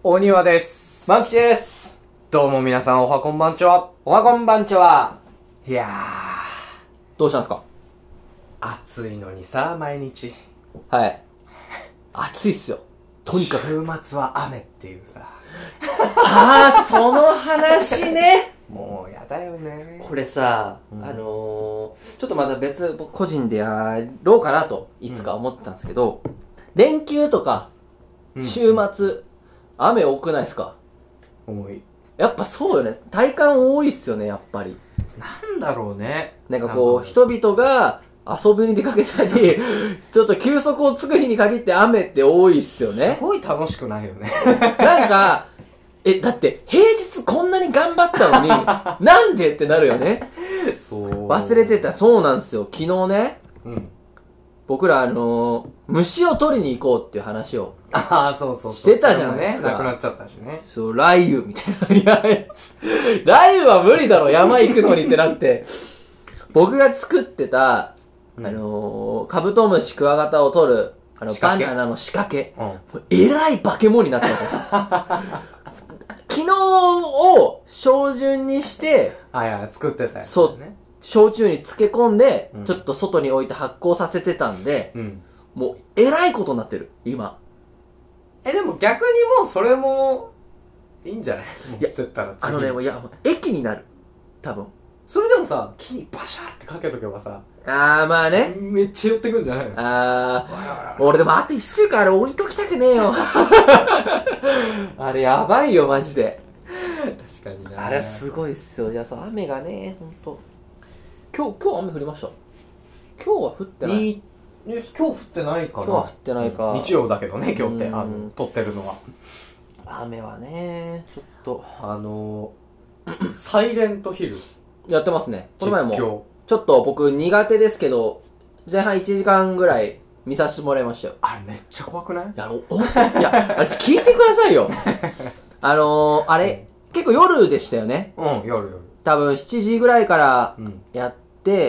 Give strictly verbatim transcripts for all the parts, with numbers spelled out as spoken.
お庭です。 マンキです。 どうも皆さんおはこんばんちは。 おはこんばんちは。 いやー、どうしたんですか？ 暑いのにさ、毎日。 はい。暑いっすよ。とにかく。 週末は雨っていうさ。 あー、その話ね。 もうやだよね。 これさ、 うん、 あのー、ちょっとまた別、僕個人でやろうかなと、いつか思ってたんですけど、うん、連休とか、週末、うん、雨多くないですか？ 多い。やっぱそうよね。体感多いっすよね、やっぱり。 なんだろうね。 なんかこう、人々が遊びに出かけたり、ちょっと休息をつく日に限って雨って多いっすよね。 すごい楽しくないよね。 なんか、え、だって平日こんなに頑張ったのに、なんでってなるよね。 そう。 忘れてた。そうなんですよ。昨日ね、 うん。 僕らあのー、虫を取りに行こうっていう話を。 ああ、そうそうそう。 してたじゃないですか。 ね、なくなっちゃったしね。 そう、雷雨みたいな。いや、雷雨は無理だろ、山行くのにってなって。僕が作ってた、あのー、カブトムシクワガタを取る、あの、バナナの仕掛け。うん、もうえらい化け物になったんですよ。昨日を照準にして、 はいはい、作ってたやつ、ね。 そう。焼酎に漬け込んで、うん、ちょっと外に置いて発酵させてたんで、うん、もう、えらいことになってる、今。 え、でも逆にもうそれも、いいんじゃない？ いや、あのね、いや、駅になる。多分。 それでもさ、木にバシャーってかけとけばさ、 あー、まあね。 めっちゃ寄ってくんじゃないの？ あー、俺でもあと一週間あれ置いときたくねえよ。あれやばいよ、マジで。 確かにな。 あれすごいっすよ。いや、そう、雨がね、ほんと。今日、今日雨降りました？今日は降ってない。 に今日降ってないかな。 今日は降ってないか。 日曜だけどね、今日って、あの、撮ってるのは。 雨はね、ちょっと。 あの、サイレントヒル。 やってますね。この前も。ちょっと僕苦手ですけど、前半いちじかんぐらい見させてもらいましたよ。 あれめっちゃ怖くない？いや、お、いや、あれ聞いてくださいよ。あのー、あれ、うん、結構夜でしたよね。 うん、夜夜。 多分しちじぐらいからやって、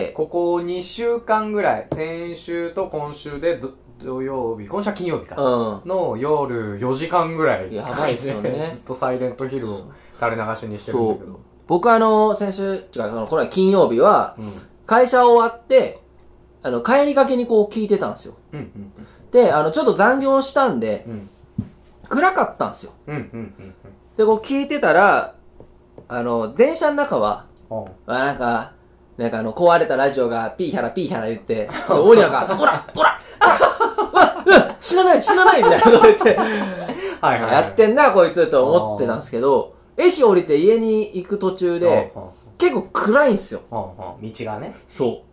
うん、 ここにしゅうかんぐらい、先週と今週でど土曜日、今週は金曜日か。うん。の夜よじかんぐらい。 やばいですよね。 ずっとサイレントヒルを垂れ流しにしてるんだけど。 僕あの、先週、違う、これは金曜日は、うん、会社終わって、あの、帰りがけにこう聞いてたんですよ。うんうんうん、で、あの、ちょっと残業したんで、うん、暗かったんですよ。うんうんうんうん、で、こう聞いてたら、あの、電車の中は、あなんか、なんかあの、壊れたラジオがピーヒャラピーヒャラ言って、オニアが、オラオラオラ死なない死なないみたいなこと言って、はいはい、やってんな、こいつと思ってたんですけど、駅降りて家に行く途中で、結構暗いんすよ。 道がね。 そう。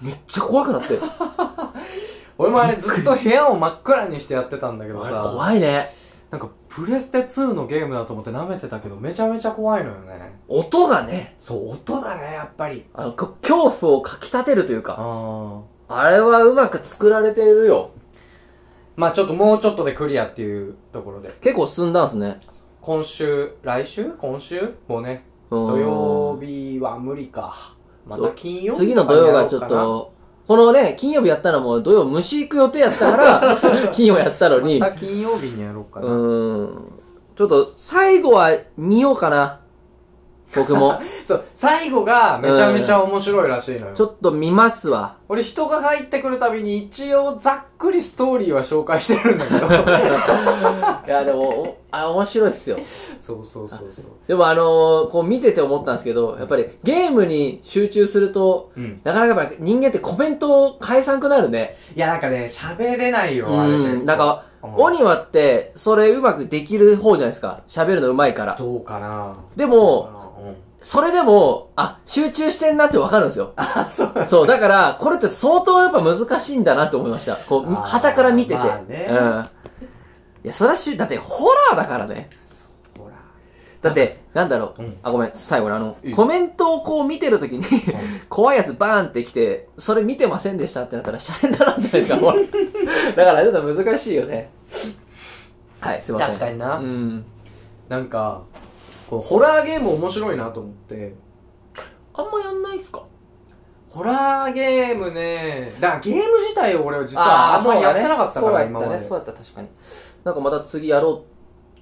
めっちゃ怖くなって。 俺もあれずっと部屋を真っ暗にしてやってたんだけどさ。 怖いね。 なんかプレステツーのゲームだと思って舐めてたけど、めちゃめちゃ怖いのよね。 音がね。 そう、音だね、やっぱり。 あの、恐怖をかき立てるというか。あ, あれはうまく作られてるよ。 まあちょっともうちょっとでクリアっていうところで。 結構進んだんすね。 今週、来週今週もうね、土曜日は無理か。また金曜日次の土曜がちょっと、このね、金曜日やったのも土曜虫行く予定やったから、金曜やったのに。 また金曜日にやろうかな。うーん。ちょっと最後は見ようかな。僕も。 そう、最後がめちゃめちゃ面白いらしいのよ。 ちょっと見ますわ。 俺人が入ってくるたびに一応ざっくりストーリーは紹介してるんだけど。 いやでも、あ、面白いっすよ。 そうそうそうそう。 でもあのー、こう見てて思ったんですけど、やっぱりゲームに集中すると、うん、なかなかやっぱ人間ってコメントを返さんくなるね。 いやなんかね、喋れないよ、あれね。 うん、なんか、オニワって、それうまくできる方じゃないですか。喋るのうまいから。 どうかな。 でも、それでも、あ、集中してんなってわかるんですよ。 あ、そうだ、ね。 そう、だから、これって相当やっぱ難しいんだなって思いました。こう、旗から見てて。まあね、うん。いや、それはし、だってホラーだからね。そう、ホラー。だって、なんだろう。うん、あ、ごめん、最後にあの、コメントをこう見てるときに、怖いやつバーンって来て、それ見てませんでしたってなったらシャレにならんじゃないですか、ほら。だからちょっと難しいよね。はい、すいません。 確かにな。 うん。 なんか、こうホラーゲーム面白いなと思って。 あんまやんないっすか？ ホラーゲームね。だからゲーム自体を俺は実はあんまりやってなかったから、今まで。 そうやったね、そうやった、確かに。なんかまた次やろう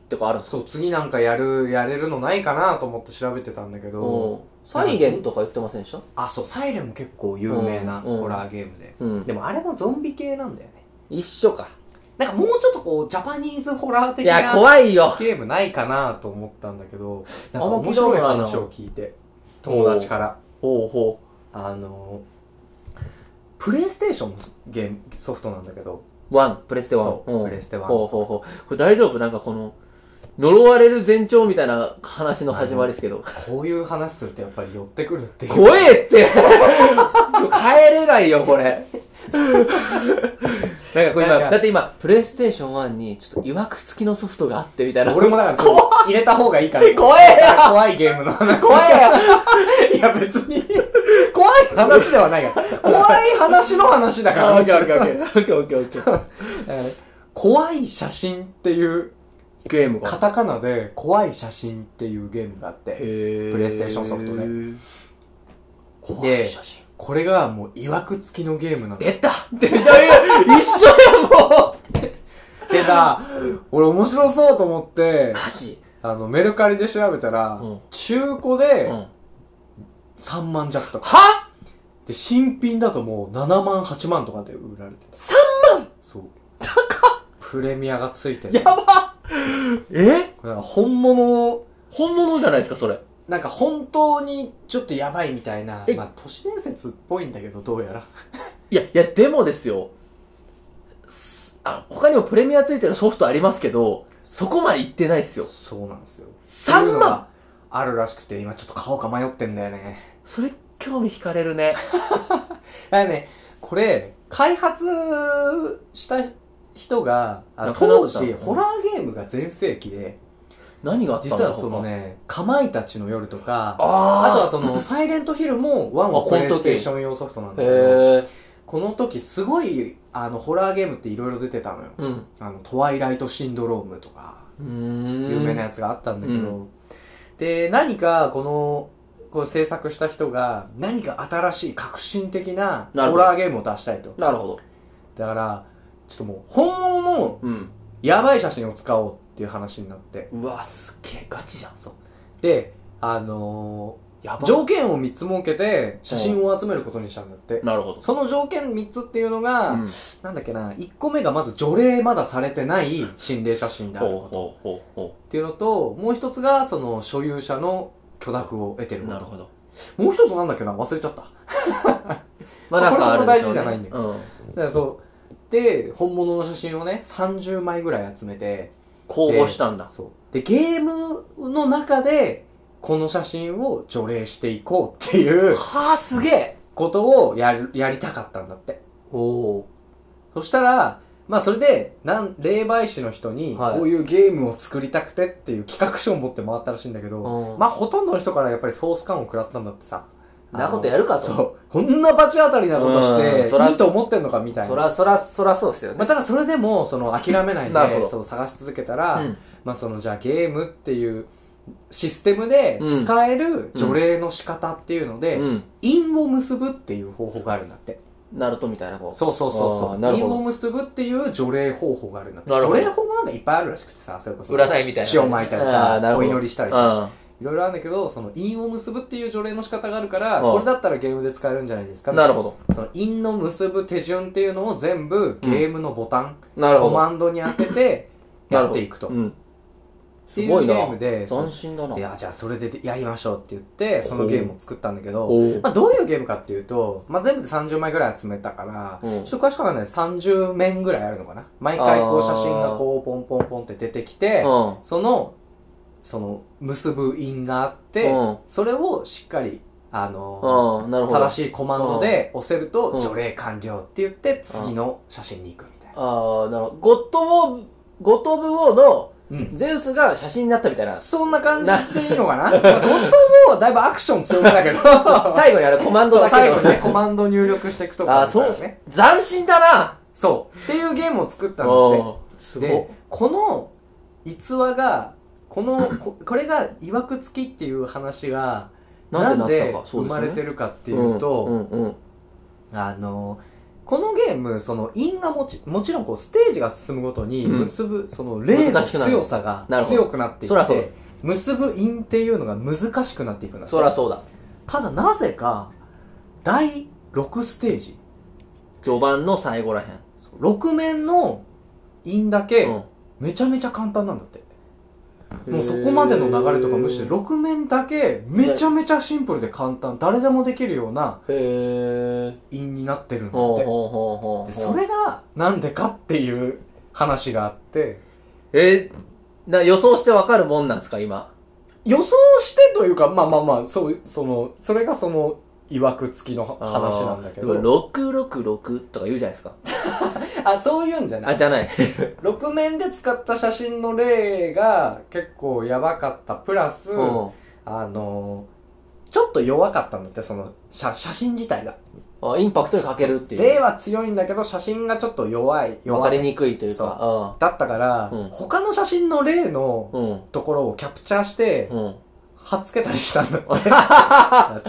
とかあるんですか？ そう、次なんかやる、やれるのないかなと思って調べてたんだけど、 サイレンとか言ってませんでした？ あ、そう、サイレンも結構有名なホラーゲームで、 うんうん、 でもあれもゾンビ系なんだよね。 一緒か。 なんかもうちょっとこうジャパニーズホラー的いやな怖いよゲームないかなと思ったんだけど、なんか面白い話を聞いて、友達からほうほうあのプレイステーションのゲームソフトなんだけど、 ワンプレステワン、 そうプレステワン、 ほうほうほう、これ大丈夫？なんかこの呪われる前兆みたいな話の始まりですけど、 こういう話するとやっぱり寄ってくるっていう。 怖えって帰れないよこれなんかこれ今だって今プレイステーションワンにちょっと曰く付きのソフトがあってみたいな。 俺もだから入れた方がいいから。 怖えよ怖いゲームの話。 怖えよいや別に怖い話ではないから。怖い話の話だから。 オッケーオッケーオッケーオッケーオッケーオッケー怖い写真っていうゲームがカタカナで怖い写真っていうゲームがあって、プレイステーションソフトで。 怖い写真。 これがもう曰く付きのゲームなんだ。 出た出た一緒やもうでさ、俺面白そうと思って、 マジあの、メルカリで調べたら、うん、中古でさんまん弱とか。 はで、新品だともうななまん、はちまんとかで売られてた。 さんまんそう。 高っプレミアがついてる。 やばえこれ本物、 本物じゃないですか、それ。 なんか本当にちょっとやばいみたいな、まあ都市伝説っぽいんだけど、どうやら。 いや、いや、でもですよ。あ、他にもプレミアついてるソフトありますけど、そこまで行ってないっすよ。 そうなんですよ。 さんまんあるらしくて、今ちょっと買おうか迷ってんだよね。 それ、興味惹かれるね。 だからね、これ、開発した人が、あ当時、ホラーゲームが全盛期で、 何があったんだ実はそのね、かまいたちの夜とか、あとはその、サイレントヒルもワンはプレイステーション用ソフトなんだけど、この時すごい、あの、ホラーゲームっていろいろ出てたのよ。うん、あの、トワイライトシンドロームとか、有名なやつがあったんだけど、うん、で、何かこの、こう制作した人が、何か新しい革新的なホラーゲームを出したいと。 なるほど。 だから、ちょっともう、本物の、やばい写真を使おうっていう話になって。 うわ、すげえ、ガチじゃん。 そう。で、あのー、条件をみっつ設けて、写真を集めることにしたんだって。 なるほど。 その条件みっつっていうのが、うん、なんだっけな、いっこめがまず除霊まだされてない心霊写真であること。ほうほうほうほうっていうのと、もう一つが、その、所有者の許諾を得てること。なるほど。もう一つなんだっけな、忘れちゃった。まあなんか、これそんな大事じゃないんだけど。うん、だからそう。で、本物の写真をね、さんじゅうまいぐらい集めて、 公募したんだ。 そう。で、ゲームの中で、この写真を除霊していこうっていう。 はぁ、すげえことをやる、やりたかったんだって。おお。そしたら、まあそれで、なん、霊媒師の人に、こういうゲームを作りたくてっていう企画書を持って回ったらしいんだけど、はい、まあほとんどの人からやっぱりソース感を食らったんだってさ。 なことやるかと。 そう。こんな罰当たりなことして、いいと思ってんのかみたいな。 そら、そら、そらそうですよね。 まあただそれでも、その諦めないで、そう探し続けたら、うん、まあそのじゃあゲームっていうシステムで使える除霊の仕方っていうので、うん、因を結ぶっていう方法があるんだって。 ナルトみたいな方法。 そうそうそうそう。因を結ぶっていう除霊方法があるんだって。除霊方法なんかいっぱいあるらしくてさ、それこそ。 占いみたいな。 塩撒いたりさ、お祈りしたりさ。いろいろあるんだけど、その因を結ぶっていう除霊の仕方があるから、これだったらゲームで使えるんじゃないですか。 なるほど。 その因の結ぶ手順っていうのを全部ゲームのボタン、うん、コマンドに当ててやっていくと。うん、っていうゲームで、 斬新だな。 いや、じゃあそれでやりましょうって言って、そのゲームを作ったんだけど、まあどういうゲームかっていうと、まあ全部でさんじゅうまいぐらい集めたから、ちょっと詳しくはね、さんじゅうめんぐらいあるのかな。毎回こう写真がこうポンポンポンって出てきて、その、その結ぶ因があって、うん、それをしっかりあのー、正しいコマンドで押せると除霊完了って言って次の写真に行くみたいな。 ああ、なるほど。ゴッドウォー、ゴッド・オブ・ウォーのゼウスが写真になったみたいな。 そんな感じでいいのかなゴッド・オブ・ウォーはだいぶアクション強めだけど。 最後にあれコマンドだけ最後にね、コマンド入力していくとか、ね。 あ、そうですね。斬新だな。 そう。っていうゲームを作ったので、すごい。で、この逸話が、このこ、これが曰く付きっていう話がなんで生まれてるかっていうと、あのこのゲーム、その、因がもち、もちろんこう、ステージが進むごとに、結ぶ、うん、その、霊の強さが強くなっていって、結ぶ因っていうのが難しくなっていくんだって。 そらそうだ。 ただ、なぜか、だいろくステージ。 序盤の最後らへん。 ろく面の因だけ、めちゃめちゃ簡単なんだって。もうそこまでの流れとかむしろろく面だけめちゃめちゃシンプルで簡単、誰でもできるような因になってるんだって。でそれがなんでかっていう話があって、 えー、な予想してわかるもんなんですか今。 予想してというか、まあまあまあ、そう、その、それがその、曰く付きの話なんだけど。 ろくろくろくとか言うじゃないですか。 あ、そういうんじゃない。 あ、じゃない。 ろく面で使った写真の例が結構やばかったプラス、あの、ちょっと弱かったんだって、その写、写真自体が。 あ、インパクトに欠けるっていう。 例は強いんだけど、写真がちょっと弱い。 わかりにくいというか。 だったから、うん、他の写真の例のところをキャプチャーして、うん貼っつけたりしたんだって。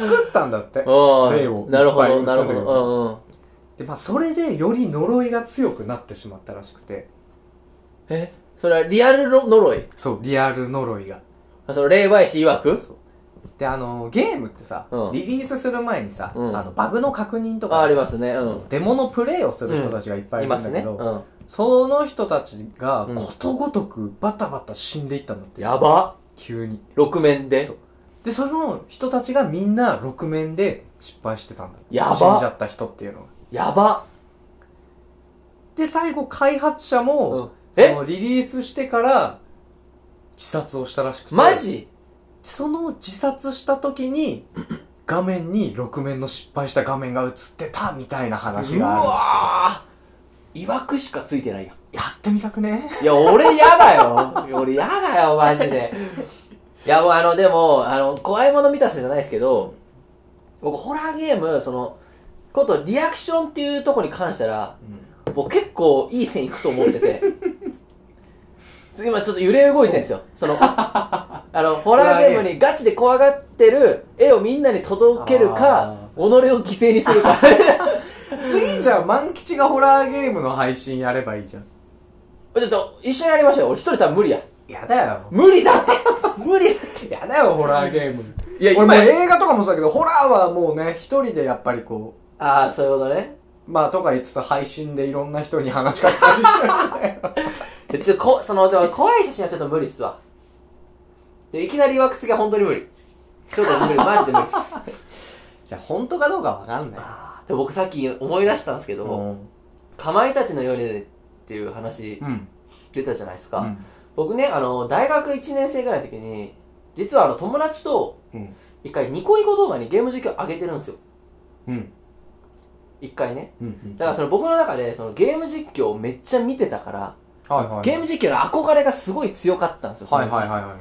作ったんだって。例を。 なるほど、なるほど。 で、まあ、それでより呪いが強くなってしまったらしくて。 えそれはリアル呪い？ そう、リアル呪いが。 その霊媒師曰く？そう。 で、あの、ゲームってさ、うん、リリースする前にさ、うん、あの、バグの確認とか。 あ、ありますね。うん。 デモのプレイをする人たちがいっぱいいるんだけど、うん、いますね。うん。その人たちがことごとくバタバタ死んでいったんだって。 やば急に。 ろく面で。 そう。で、その人たちがみんなろく面で失敗してたんだ。 やば。 死んじゃった人っていうのは。 やば。 で、最後開発者も、うん、そのリリースしてから自殺をしたらしくて。 マジ？ その自殺した時に画面にろく面の失敗した画面が映ってたみたいな話がある。 うわー。曰くしかついてないやん。 やってみたくね？ いや、俺やだよ。俺やだよ、マジで。いや、もうあの、でも、あの、怖いもの見たせじゃないですけど、僕、ホラーゲーム、その、こと、リアクションっていうとこに関したら、うん、僕結構いい線いくと思ってて、今ちょっと揺れ動いてるんですよ。その、あの、ホラーゲームにガチで怖がってる絵をみんなに届けるか、己を犠牲にするか。 次じゃあ、万吉がホラーゲームの配信やればいいじゃん。 ちょっと、一緒にやりましょうよ。俺一人多分無理や。 やだよ。 無理だって無理だって。 やだよ、ホラーゲーム。いや、今映画とかもそうだけど、ホラーはもうね、一人でやっぱりこう。ああ、そういうことね。 まあ、とか言いつつ配信でいろんな人に話しかけたりしてるんだよ。 ちょ、こ、その、でも怖い写真はちょっと無理っすわ。で、いきなり曰くつきは本当に無理。ちょっと無理、マジで無理っす。 じゃあ、本当かどうかわかんない。 で僕さっき思い出したんですけど、うん、かまいたちのようにっていう話、うん、出たじゃないですか。うん、僕ね、あの、大学いちねん生ぐらいの時に、実はあの、友達と、一回ニコニコ動画にゲーム実況上げてるんですよ。うん。一回ね。うんうん、だからその僕の中で、そのゲーム実況をめっちゃ見てたから、はいはいはい、ゲーム実況の憧れがすごい強かったんですよ。はいはいはいはい。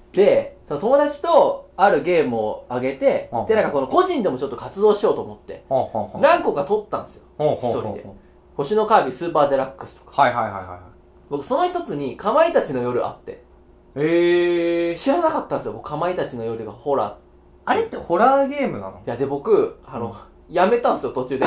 で、その友達とあるゲームを上げて、はあ、で、なんかこの個人でもちょっと活動しようと思って、はあはあ、何個か撮ったんですよ。一、はあ、人で。星のカービィスーパーデラックスとか。はいはいはいはい。僕その一つに、かまいたちの夜あって。えー。知らなかったんですよ、僕、かまいたちの夜がホラー。 あれってホラーゲームなの？ いや、で、僕、あの、うん、やめたんですよ、途中で。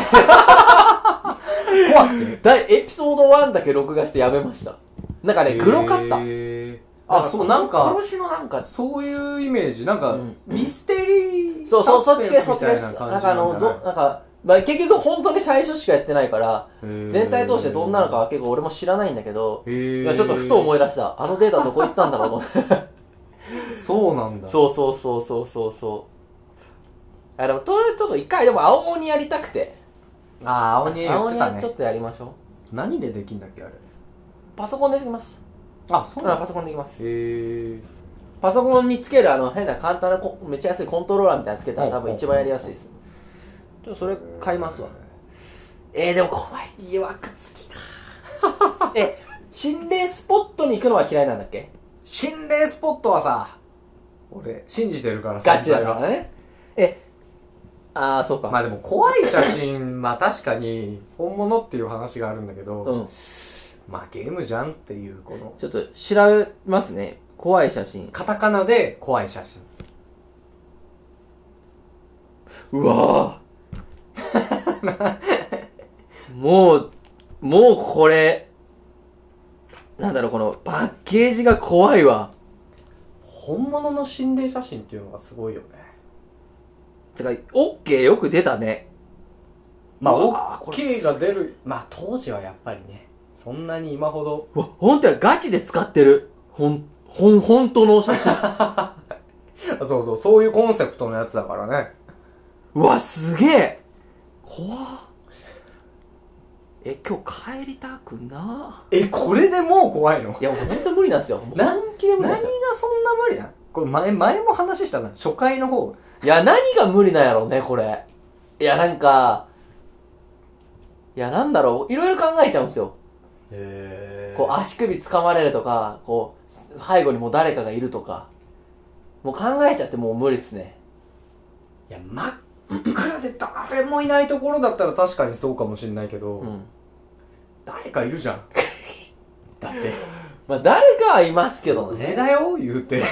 怖くてエピソードワンだけ録画してやめました。なんかね、グロかった。 あ、そう、なんか、 殺しのなんか、 そういうイメージ、なんか、うん、ミステリー、 そうそう、そっちです、そっちです。なんかあの、ぞ、なんか、まあ、結局本当に最初しかやってないから、全体通してどんなのかは結構俺も知らないんだけど、いやちょっとふと思い出した。あのデータどこ行ったんだろうと思って。 そうなんだ。 そうそうそうそうそうそう。あ、でも、とりあえずちょっと一回でも青鬼やりたくて。 ああ、青鬼やってたね。青鬼ちょっとやりましょう。何でできんだっけ、あれ。 パソコンでできます。 あ、そうなんだ。 パソコンでできます。 へー。 パソコンにつけるあの変な簡単なこめっちゃ安いコントローラーみたいなのつけたら多分一番やりやすいです。ちょっとそれ買いますわ。えー、でも怖い。曰くつきか。え、心霊スポットに行くのは嫌いなんだっけ？ 心霊スポットはさ、俺、信じてるからさ。ガチだからね。え、あー、そうか。 まあでも怖い写真、まあ確かに本物っていう話があるんだけど、うん、まあゲームじゃんっていうこの。 ちょっと調べますね。怖い写真。 カタカナで怖い写真。 うわぁ。 もうもうこれなんだろう、このパッケージが怖いわ。 本物の心霊写真っていうのがすごいよね。 てかオッケーよく出たね。 まあオッケーが出る、まあ当時はやっぱりね、そんなに今ほど。 うわ、ほんとやガチで使ってる。ほん、ほん、ほんとの写真。 そうそう、そういうコンセプトのやつだからね。 うわ、すげえ怖っ。え、今日帰りたくな。 え、これでもう怖いの？ いや、もうほんと無理なんですよ。 何気で無理なんですよ。何がそんな無理な？これ前、前も話したな。初回の方。 いや、何が無理なんやろうね、これ。いや、なんか、いや、なんだろう、いろいろ考えちゃうんですよ。へー。こう、足首掴まれるとか、こう、背後にもう誰かがいるとか。もう考えちゃってもう無理っすね。 いや、真っ暗で誰もいないところだったら確かにそうかもしんないけど、うん、誰かいるじゃん。だって。 まあ、誰かはいますけどね。 上だよ、言うて。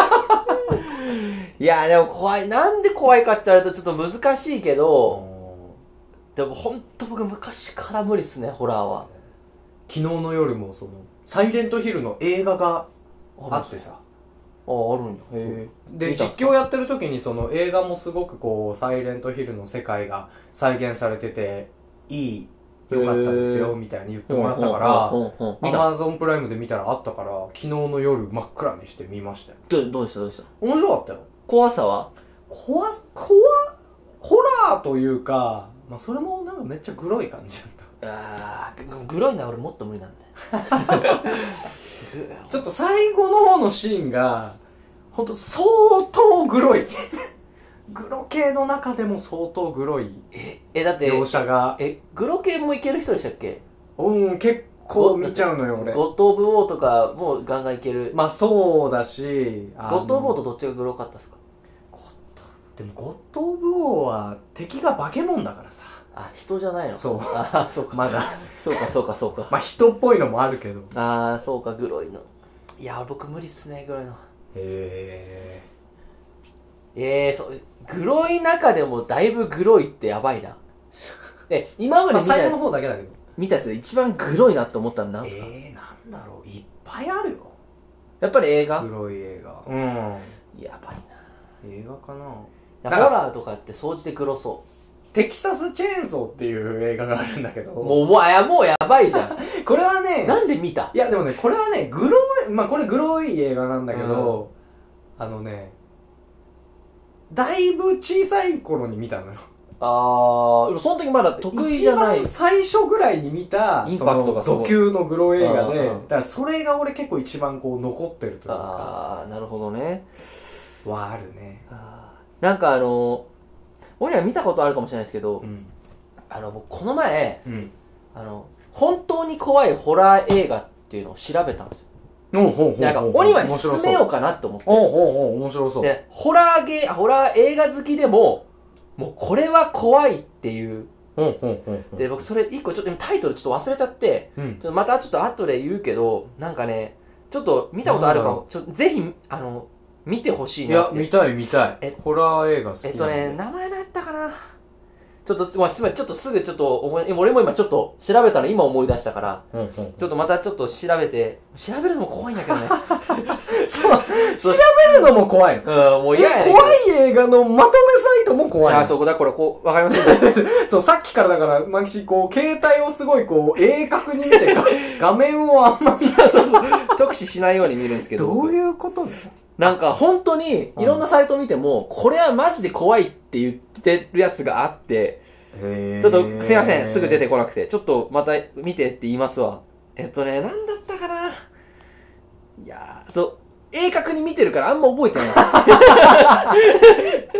いや、でも怖い。なんで怖いかって言われるとちょっと難しいけど、でもほんと僕昔から無理っすね、ホラーは。 昨日の夜もその、サイレントヒルの映画があってさ。 ああ、あるんや。へえ。 で、実況やってる時にその映画もすごくこう、サイレントヒルの世界が再現されてて、いい、よかったですよ、みたいに言ってもらったから、アマゾンプライムで見たらあったから、昨日の夜真っ暗にして見ましたよ。 ど、どうしたどうした面白かったよ。 怖さは怖、怖、ホラーというか、まあそれもなんかめっちゃグロい感じだった。 あー、グロいな、俺もっと無理なんだよ。 ちょっと最後の方のシーンが、ほんと相当グロい。グロ系の中でも相当グロい。 え、え、だって、 描写が。 え、グロ系もいける人でしたっけ？ うん、結構見ちゃうのよ、俺。 ゴッド・オブ・ウォーとかもガンガンいける。 まあそうだし、 ゴッド・オブ・ウォーとどっちがグロかったですか？ ゴッド、でもゴッド・オブ・ウォーは敵が化け物だからさ。 あ、人じゃないの？ そう。 あ、そうか。 まだ。 そうか、そうか、そうか。 まあ人っぽいのもあるけど。 ああ、そうか、グロいの。いや、僕無理っすね、グロいの。 へえ。えー、そう、グロい中でもだいぶグロいってやばいな。え、今まで見た、 最後の方だけだけど。 見たやつで一番グロいなって思ったのなんすか？ えー、なんだろう。いっぱいあるよ。 やっぱり映画？ グロい映画。うん。 やばいな。 映画かな。 ホラーとかって総じてグロそう。 テキサスチェーンソーっていう映画があるんだけど。 もう、もう、あや、もうやばいじゃん。 これはね、 なんで見た？ いや、でもね、これはね、グロい、まあこれグロい映画なんだけど、うん、あのね、だいぶ小さい頃に見たのよ。 あー、でもその時まだ得意じゃない。 一番最初ぐらいに見た、 インパクトがすごい。 ド級のグロ映画で、だからそれが俺結構一番こう残ってるというか。 あー、なるほどね。 はあるね。 あなんかあの、俺には見たことあるかもしれないですけど、うん、あの、僕この前、うん、あの、本当に怖いホラー映画っていうのを調べたんですよ。 おうほうほうほう。 なんか、オニバに進めようかなって思って。 おうおうおう、面白そう。 で、ホラーゲー、ホラー映画好きでも、もうこれは怖いっていう。 うんうんうんうん、 で、僕それ一個ちょっとタイトルちょっと忘れちゃって、うん、ちょっとまたちょっと後で言うけど、なんかね、ちょっと見たことあるかも。ちょっとぜひ、あの、見てほしいなって。 いや、見たい見たい。え、ホラー映画好き。 えっとね、名前何やったかな。ちょっと、まあ、すみません、ちょっとすぐちょっと思い、俺も今ちょっと調べたの今思い出したから、うんうんうん、ちょっとまたちょっと調べて、調べるのも怖いんだけどね。 そう、調べるのも怖いの。 うん、もう嫌やねん。 怖い映画のまとめサイトも怖いの。 あ、そこだ、これ、こう、わかりませんね。 そう、さっきからだから、マキシ、こう、携帯をすごいこう、鋭角に見て、画面をあんまり、 そうそう、直視しないように見るんですけど。 どういうことね。 なんか本当にいろんなサイト見ても、これはマジで怖いって言ってるやつがあって、ちょっとすいません、すぐ出てこなくて、ちょっとまた見てって言いますわ。えっとね、なんだったかな。いやー、そう、鋭角に見てるからあんま覚えてない。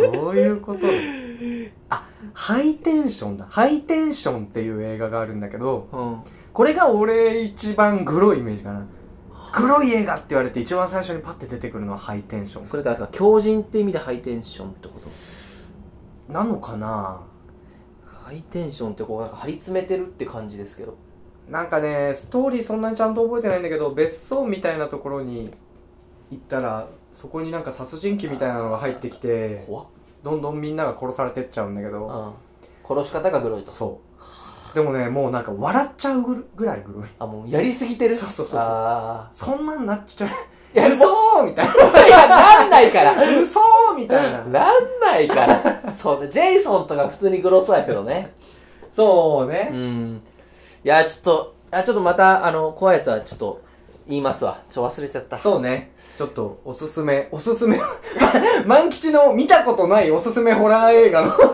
どういうことあ、ハイテンションだ。ハイテンションっていう映画があるんだけど、うん、これが俺一番グロいイメージかな。グロい映画って言われて一番最初にパッて出てくるのはハイテンション。 それってあれですか、強靭って意味でハイテンションってことなのかな。 ハイテンションってこうなんか張り詰めてるって感じですけど、 なんかね、ストーリーそんなにちゃんと覚えてないんだけど、別荘みたいなところに行ったらそこになんか殺人鬼みたいなのが入ってきて、どんどんみんなが殺されてっちゃうんだけど、 うん、殺し方がグロいと。 そうでもね、もうなんか笑っちゃうぐらいグロい。 あ、もうやりすぎてる。 そうそうそうそう。 あそんなんなっちゃう。 いや、 嘘ーみたいな。 いや、なんないから。 嘘ーみたいな。 なんないから。そうね、ジェイソンとか普通にグロそうやけどね。 そうね。 うん。いや、ちょっと、あ、ちょっとまた、あの、怖いやつはちょっと言いますわ。ちょ、忘れちゃった。 そうね。ちょっと、おすすめ、おすすめ、万吉の見たことないおすすめホラー映画の。こ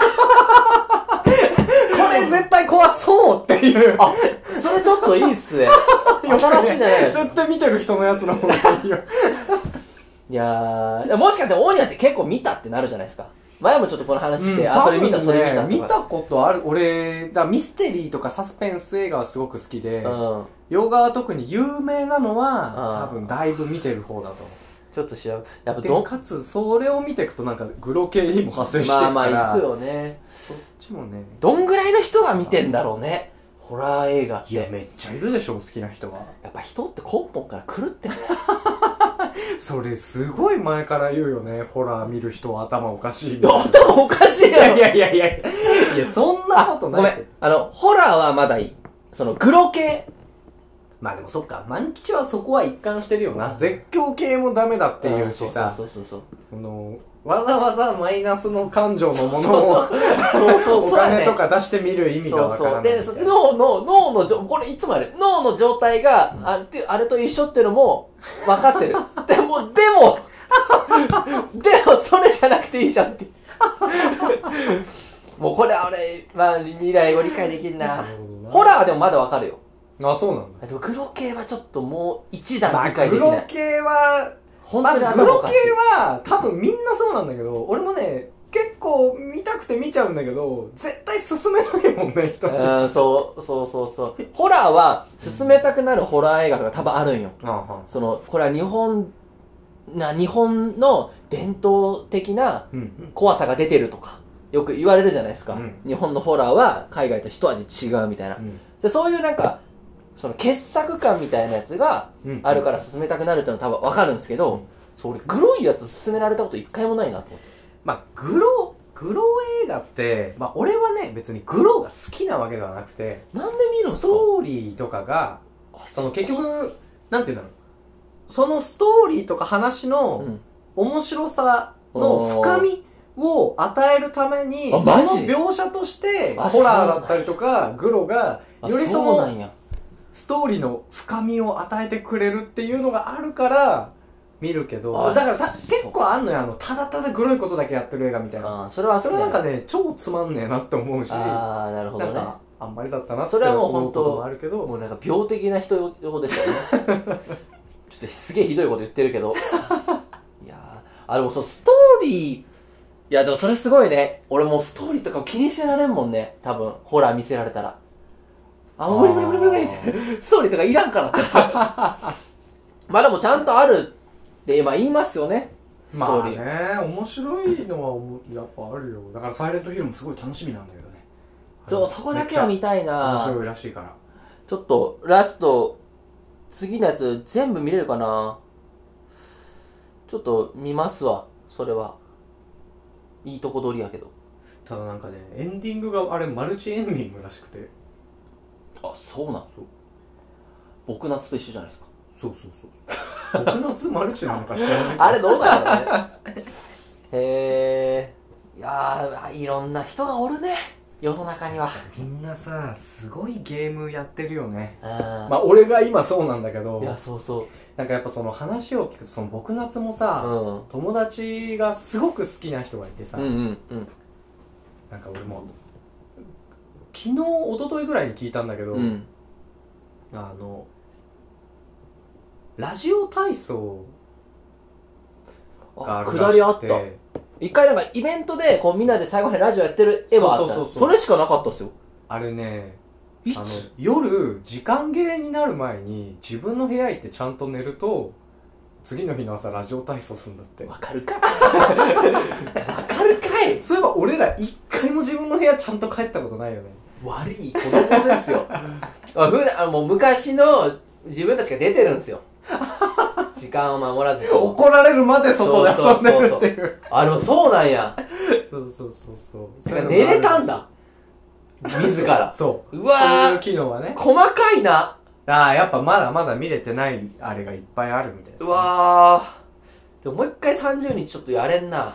れ絶対怖そうっていう。 あ、それちょっといいっすね。新しいんじゃない絶対見てる人のやつの方がいいよ。 いやー、もしかしてオーニャって結構見たってなるじゃないですか。前もちょっとこの話して、うん、あ、それ見た、それ見たとか。 見たことある。俺、だミステリーとかサスペンス映画はすごく好きで、うん、洋画は特に有名なのは、多分だいぶ見てる方だと思う。 ちょっと調べ、やっぱどかつ、それを見ていくとなんかグロ系にも発生してるから。 まあまあ、行くよね。 そっちもね。 どんぐらいの人が見てんだろうね。ホラー映画って。 いや、めっちゃいるでしょ、好きな人は。 やっぱ人って根本から狂ってる。 それすごい前から言うよね。ホラー見る人は頭おかしいみたいな。 頭おかしいやろ。いやいやいやいや。いや、そんなことない。 ごめん。あの、ホラーはまだいい。その、グロ系。 まあでもそっか、万吉はそこは一貫してるよな。絶叫系もダメだっていうしさ。 そうそうそうそう。 この、わざわざマイナスの感情のものを、お金とか出してみる意味がわからない。 そうそう。で、脳の、脳の、これいつもある。脳の状態が、あれ、あれと一緒っていうのも分かってる。でも、でも、でも、それじゃなくていいじゃんって。もうこれあれ、まあ、未来を理解できるな。ホラーでもまだ分かるよ。 あ、そうなんだ。 でもグロ系はちょっともう一段理解できない。 グロ系は、まずグロ系は多分みんなそうなんだけど、俺もね、結構見たくて見ちゃうんだけど、絶対進めないもんね、人に。 うん、そう、そうそうそう。ホラーは進めたくなるホラー映画とか多分あるんよ。うん、その、これは日本、な、日本の伝統的な怖さが出てるとか、よく言われるじゃないですか。うん、日本のホラーは海外と一味違うみたいな。うん、でそういうなんか、その傑作感みたいなやつがあるから進めたくなるっていうのは多分分かるんですけど、うん、そう俺グロいやつ進められたこと一回もないなと思って。 まあグログロ映画ってまあ俺はね別にグロが好きなわけではなくて、 なんで見るんですか？ ストーリーとかがその結局なんていうんだろう、そのストーリーとか話の面白さの深みを与えるために、その描写としてホラーだったりとかグロがよりそのストーリーの深みを与えてくれるっていうのがあるから見るけど、だから結構あんのよ、あのただただグロいことだけやってる映画みたいな。 あそれはそれはなんかね超つまんねえなって思うし、 ああなるほどね、 なんかあんまりだったなって思うこともあるけど、 もうなんか病的な人用ですよね。ちょっとすげえひどいこと言ってるけど、いやあでもそうストーリー、いやでもそれすごいね。俺もうストーリーとか気にしてられんもんね、多分ホラー見せられたら。あ、もう無理無理無理無理ってストーリーとかいらんからって。まあでもちゃんとあるって今言いますよね、ストーリー。 まあね、面白いのはやっぱあるよ。だからサイレントヒルもすごい楽しみなんだけどね。 そう、そこだけは見たいな。 面白いらしいから。 ちょっとラスト次のやつ全部見れるかな。ちょっと見ますわ、それは。いいとこ取りやけど。 ただなんかね、エンディングがあれマルチエンディングらしくて。 あ、そうなん？そう。僕夏と一緒じゃないですか。 そうそうそう。僕夏マルチなのか知らないけど。 あれどうだろうね。へー。いやー、いろんな人がおるね、世の中には。 みんなさ、すごいゲームやってるよね。まあ俺が今そうなんだけど。 いや、そうそう。 なんかやっぱその話を聞くと、その僕夏もさ、うん、友達がすごく好きな人がいてさ、うんうんうん、なんか俺も昨日一昨日ぐらいに聞いたんだけど、うん、あのラジオ体操があるらしくて、 一回なんかイベントでこうみんなで最後にラジオやってる絵はあった。そうそうそうそう、それしかなかったっすよ。 あれね、あの夜時間切れになる前に自分の部屋行ってちゃんと寝ると次の日の朝ラジオ体操するんだって。 わかるかわかるかい。 そういえば俺ら一回も自分の部屋ちゃんと帰ったことないよね。 悪い子供ですよ。あふだもう昔の自分たちが出てるんですよ。時間を守らずに怒られるまで外で遊んでるっていう。 あ、でもそうなんや。 そうそうそうそう。 寝れたんだ。 自ら。 そう。 うわー。 そういう機能はね。 細かいな。 ああ、やっぱまだまだ見れてないあれがいっぱいあるみたいです、ね。 うわー。でももう一回さんじゅうにちちょっとやれんな。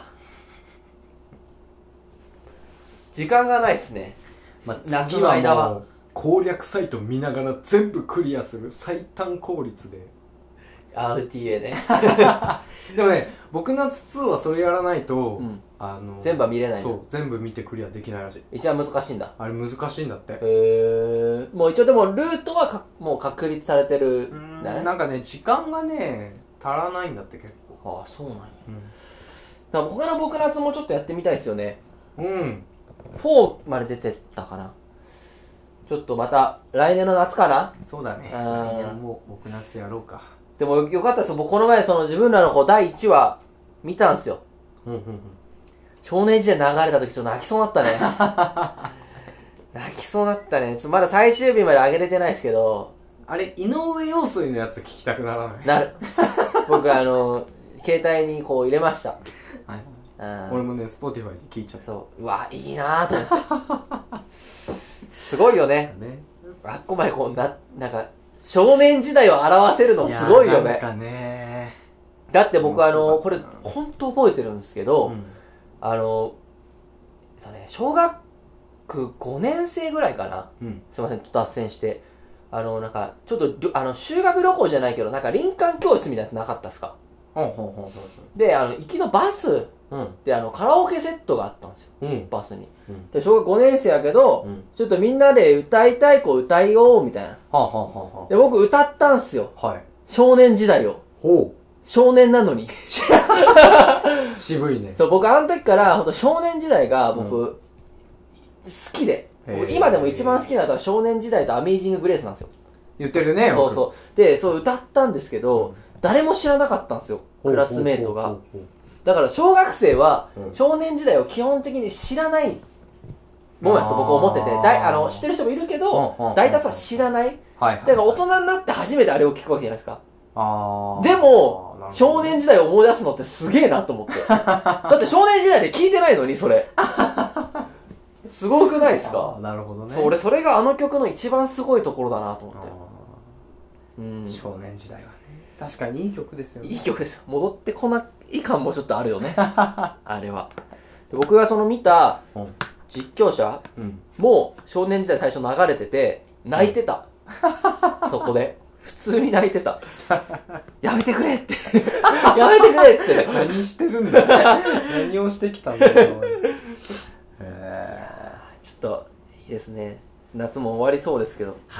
時間がないっすね。 まあ、夏の間は。攻略サイト見ながら全部クリアする最短効率で。 アールティーエー ね。 でもね、僕夏にはそれやらないと、 うん、 あの全部は見れないそう、全部見てクリアできないらしい。 一番難しいんだ。 あれ難しいんだって。へえ。もう一応でもルートはかもう確立されてるんだね。なんかね、時間がね、足らないんだって結構。 ああ、そうなんや。うん、だから他の僕夏もちょっとやってみたいですよね。 うん。 フォーまで出てったかな。ちょっとまた来年の夏かな。 そうだね。来年もう僕夏やろうか。 でもよかったです。僕この前その自分らのこうだいいちわ見たんですよ。 うんうんうん。 少年時代流れた時ちょっと泣きそうになったね。泣きそうになったね。ちょっとまだ最終日まで上げれてないですけど。 あれ、井上陽水のやつ聞きたくならない？ なる。僕あの、携帯にこう入れました。 はい。俺もね、Spotify で聞いちゃった。 そう。うわ、いいなぁと思って。すごいよね。ね、あっこまでこうな、なんか、少年時代を表せるのすごいよね。 なんかね。 だって僕あの、これ、本当覚えてるんですけど、うん、あの、小学ごねんせいぐらいかな。うん、すいません、脱線して。あの、なんか、ちょっと、あの、修学旅行じゃないけど、なんか林間教室みたいなやつなかったっすか？ うん、うん、うん。 で、あの、行きのバス、うん、で、あの、カラオケセットがあったんですよ。うん、バスに。うん、で、小学ごねんせいやけど、うん、ちょっとみんなで歌いたい子歌いよう、みたいな。はあはあはあ、で、僕歌ったんすよ。はい。少年時代を。ほう。少年なのに。 渋いね。 そう、僕あの時から、ほんと少年時代が僕、うん、好きで。僕今でも一番好きなのは少年時代とアメイジンググレースなんですよ。 言ってるね。 そうそう。で、そう歌ったんですけど、うん、誰も知らなかったんですよ。クラスメートが。だから小学生は少年時代を基本的に知らないもんやと僕は思ってて、だいあの知ってる人もいるけど、大多数は知らない。だから大人になって初めてあれを聞くわけじゃないですか。あでも、少年時代を思い出すのってすげえなと思って。だって少年時代で聞いてないのに、それ。すごくないですか？ なるほどね。 そう、俺それがあの曲の一番すごいところだなと思って。 うん、少年時代はね。確かにいい曲ですよね。 いい曲ですよ。戻ってこない感もちょっとあるよね。あれは。で僕がその見た実況者も少年時代最初流れてて、泣いてた。そこで。普通に泣いてた。やめてくれって。やめてくれって。 何してるんだよ。何をしてきたんだよ。 へー、ちょっといいですね。夏も終わりそうですけど。はい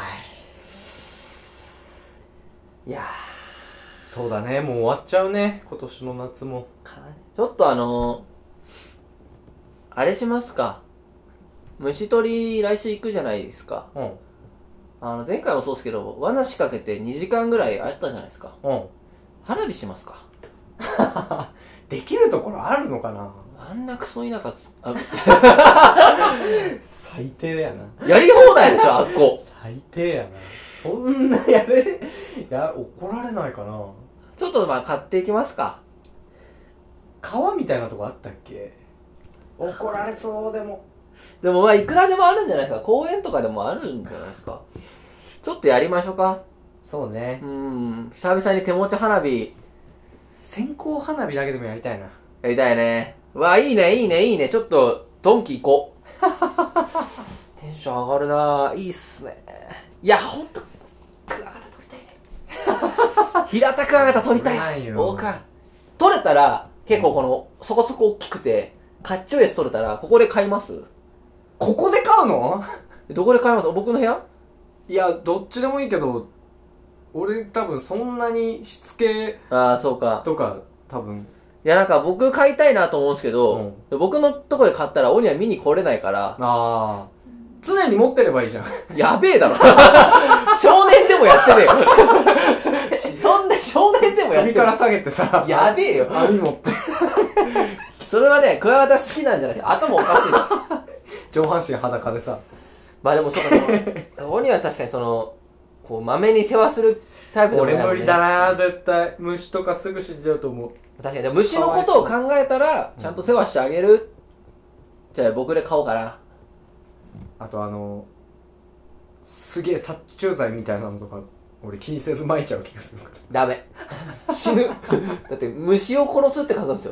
。いやー、そうだね。もう終わっちゃうね。今年の夏も。 ちょっとあのー、あれしますか。虫取り来週行くじゃないですか。うん。あの前回もそうですけど、罠仕掛けてにじかんぐらいあったじゃないですか。うん。花火しますか。 できるところあるのかな。 あんなクソ田舎つ、あ最低やな。 やり放題でしょ、あっこ。 最低やな。そんなやれ、や、怒られないかな。 ちょっとまあ買っていきますか。 川みたいなとこあったっけ？怒られそうでも。 でもまあいくらでもあるんじゃないですか。公園とかでもあるんじゃないですか。ちょっとやりましょうか。 そうね。 うん。久々に手持ち花火。 線香花火だけでもやりたいな。 やりたいね。うわ、いいね、いいね、いいね。ちょっと、ドンキ行こう。テンション上がるなぁ。いいっすね。いや、ほんと、クワガタ取りたいね。平田クワガタ取りたい。ないよ。僕は。取れたら、結構この、そこそこ大きくて、かっちょいやつ取れたら、ここで買います？ ここで買うの？ どこで買います？僕の部屋？ いや、どっちでもいいけど、俺多分そんなにしつけああ、そうか。 とか、多分。 いや、なんか僕買いたいなと思うんですけど、うん、僕のとこで買ったら鬼は見に来れないから。ああ。常に持ってればいいじゃん。 やべえだろ。少年でもやってねえよ。そんな少年でもやってねえ。 首から下げてさ。 やべえよ。 網持って。 それはね、クワガタ好きなんじゃないですか。頭おかしいの。 上半身裸でさ。 まあでもそうか、鬼は確かにその、こう、まめに世話するタイプでもないもんね。 俺無理だな絶対。虫とかすぐ死んじゃうと思う。 確かに、虫のことを考えたら、ちゃんと世話してあげる。じゃあ僕で買おうかな。 あとあのすげえ殺虫剤みたいなのとか俺気にせず撒いちゃう気がするからダメ死ぬだって虫を殺すって書くんですよ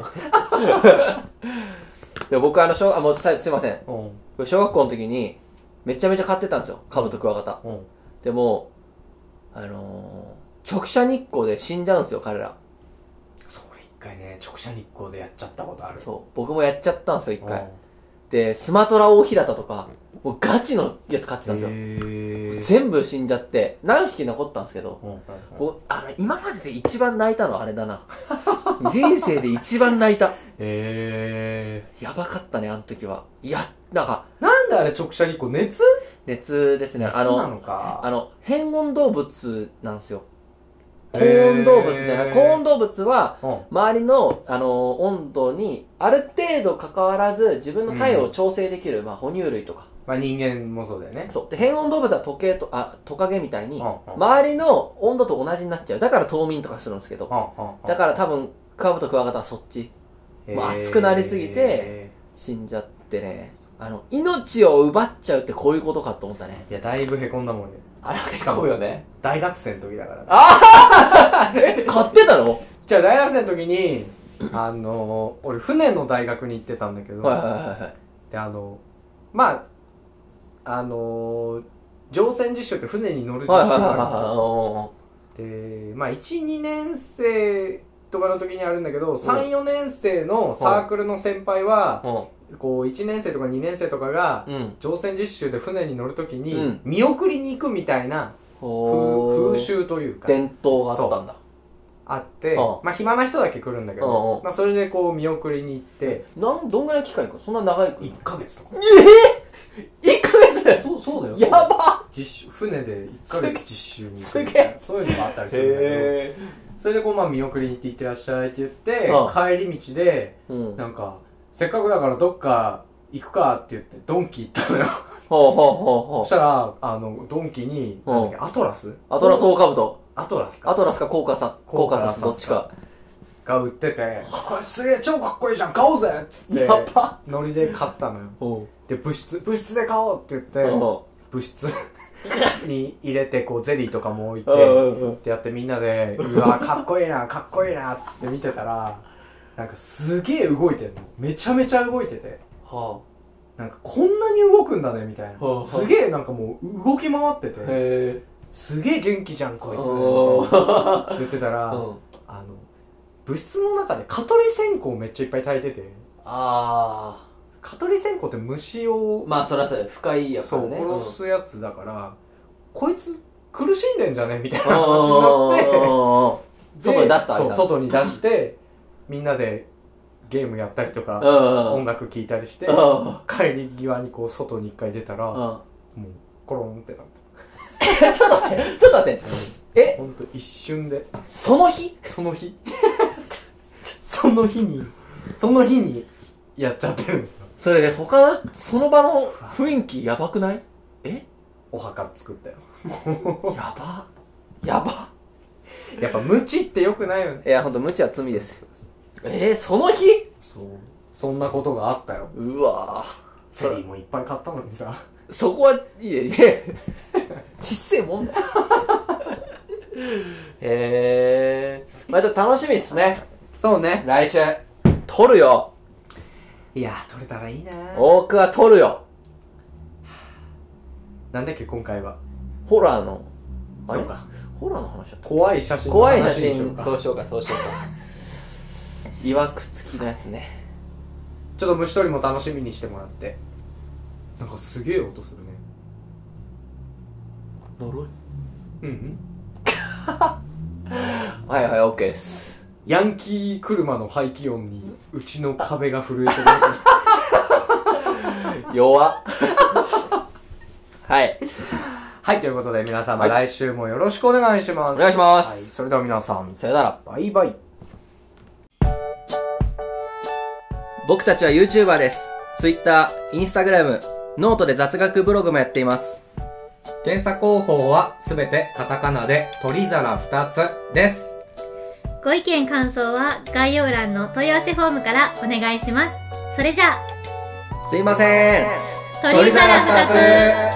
で僕あの小あもうすいません、うん、小学校の時にめちゃめちゃ飼ってたんですよカブとクワガタ、うん、でもあのー、直射日光で死んじゃうんですよ彼ら。 それ一回ね直射日光でやっちゃったことある。 そう僕もやっちゃったんですよ一回、うん、でスマトラオオヒラタとかもうガチのやつ飼ってたんですよ。全部死んじゃって何匹残ったんですけど、うんはいはい、あの今までで一番泣いたのはあれだな人生で一番泣いた。へえー、やばかったねあの時は。いやなんかなんであれ直射日光熱熱ですね。 熱なのか。 あの変温動物なんですよ。高温動物じゃない。高温動物は周りの、あの温度にある程度関わらず自分の体温を調整できる、うん、まあ、哺乳類とか、 まあ、人間もそうだよね。 そうで変温動物は時計とあトカゲみたいに周りの温度と同じになっちゃう。だから冬眠とかするんですけど、だから多分カブとクワガタはそっちもう熱くなりすぎて死んじゃってね。あの命を奪っちゃうってこういうことかと思ったね。 いやだいぶへこんだもんね。 あれへこむよね。 大学生の時だから、ね、 ああ買ってたの？ じゃあ大学生の時にあの俺船の大学に行ってたんだけど、はいはいはいはい、であのまああの乗船実習って船に乗る実習があるんですよ。でまあいち、にねん生とかの時にあるんだけど、さん、よねん生のサークルの先輩は、うん、こういちねん生とかにねん生とかが、うん、乗船実習で船に乗る時に、うん、見送りに行くみたいな風習というか伝統があったんだ。 あって、まあ暇な人だけ来るんだけど、まあそれでこう見送りに行って、 なんどんぐらい期間行くの？そんな長いか？ いっかげつとか。 えー、いっかげつ？ そうそうだよ。 やば。 実習船でいっかげつ実習に行くみたいな、そういうのがあったりするんだけど、それでこうまあ見送りに行って行ってらっしゃいって言って、帰り道で、うん、なんかせっかくだからどっか行くかって言ってドンキ行ったのよ。ほうほうほうほう。そしたらあのドンキになんだっけ、アトラス？ アトラスオオカブト。 アトラスか。 アトラスかコーカサコーカサスどっちかが売ってて、これすげえ超かっこいいじゃん買おうぜっつってノリで買ったのよ。で物質物質で買おうって言って物質に入れてこうゼリーとかも置いてってやってみんなでうわかっこいいなかっこいいなっつって見てたらなんかすげえ動いてんの。めちゃめちゃ動いてて、はあ、なんかこんなに動くんだねみたいな、はあ、すげえなんかもう動き回ってて、へすげえ元気じゃんこいつって言ってたら、うん、あの物質の中で蚊取り線香めっちゃいっぱい炊いてて、ああ蚊取り線香って虫をまあそりゃそう深いやつね、そう殺すやつだから、うん、こいつ苦しんでんじゃねみたいな話になって外に出したそう外に出してみんなでゲームやったりとか音楽聴いたりして帰り際にこう外に一回出たらもうコロンってなってちょっと待って、ちょっと待って。え？ ほんと一瞬で。 その日？ その日。その日に、その日にやっちゃってるんですよ。 それで他の、その場の雰囲気やばくない？え？ お墓作ったよ。 やば。やば。 やっぱ無知って良くないよね。 いやほんと無知は罪です。えー、その日？ そう。そんなことがあったよ。 うわぁ。ゼリーもいっぱい買ったのにさ。 そこはいいね。ちっせえもんだよ。へえー。まあちょっと楽しみっすね。 そうね。 来週。撮るよ。 いやー、撮れたらいいなー。 多くは撮るよ。 なんだっけ、今回は。 ホラーの。 そうか。 ホラーの話だった。 怖い写真の話にしようか。怖い写真。そうしようか、そうしようか。いわくつきのやつね。 ちょっと虫取りも楽しみにしてもらって。なんかすげえ音するね。 呪い？ うんうんはいはい、OK です。 ヤンキー車の排気音にうちの壁が震えてる。弱っ。はい。 はい、ということで皆様、はい、来週もよろしくお願いします。 お願いします。はい、 それでは皆さん、 さよなら。 バイバイ。 僕たちは YouTuber です。Twitter、Instagram、ノートで雑学ブログもやっています。 検査方法はすべてカタカナで鳥皿ふたつです。 ご意見感想は概要欄の問い合わせフォームからお願いします。それじゃあ、 すいません。 鳥皿ふたつ。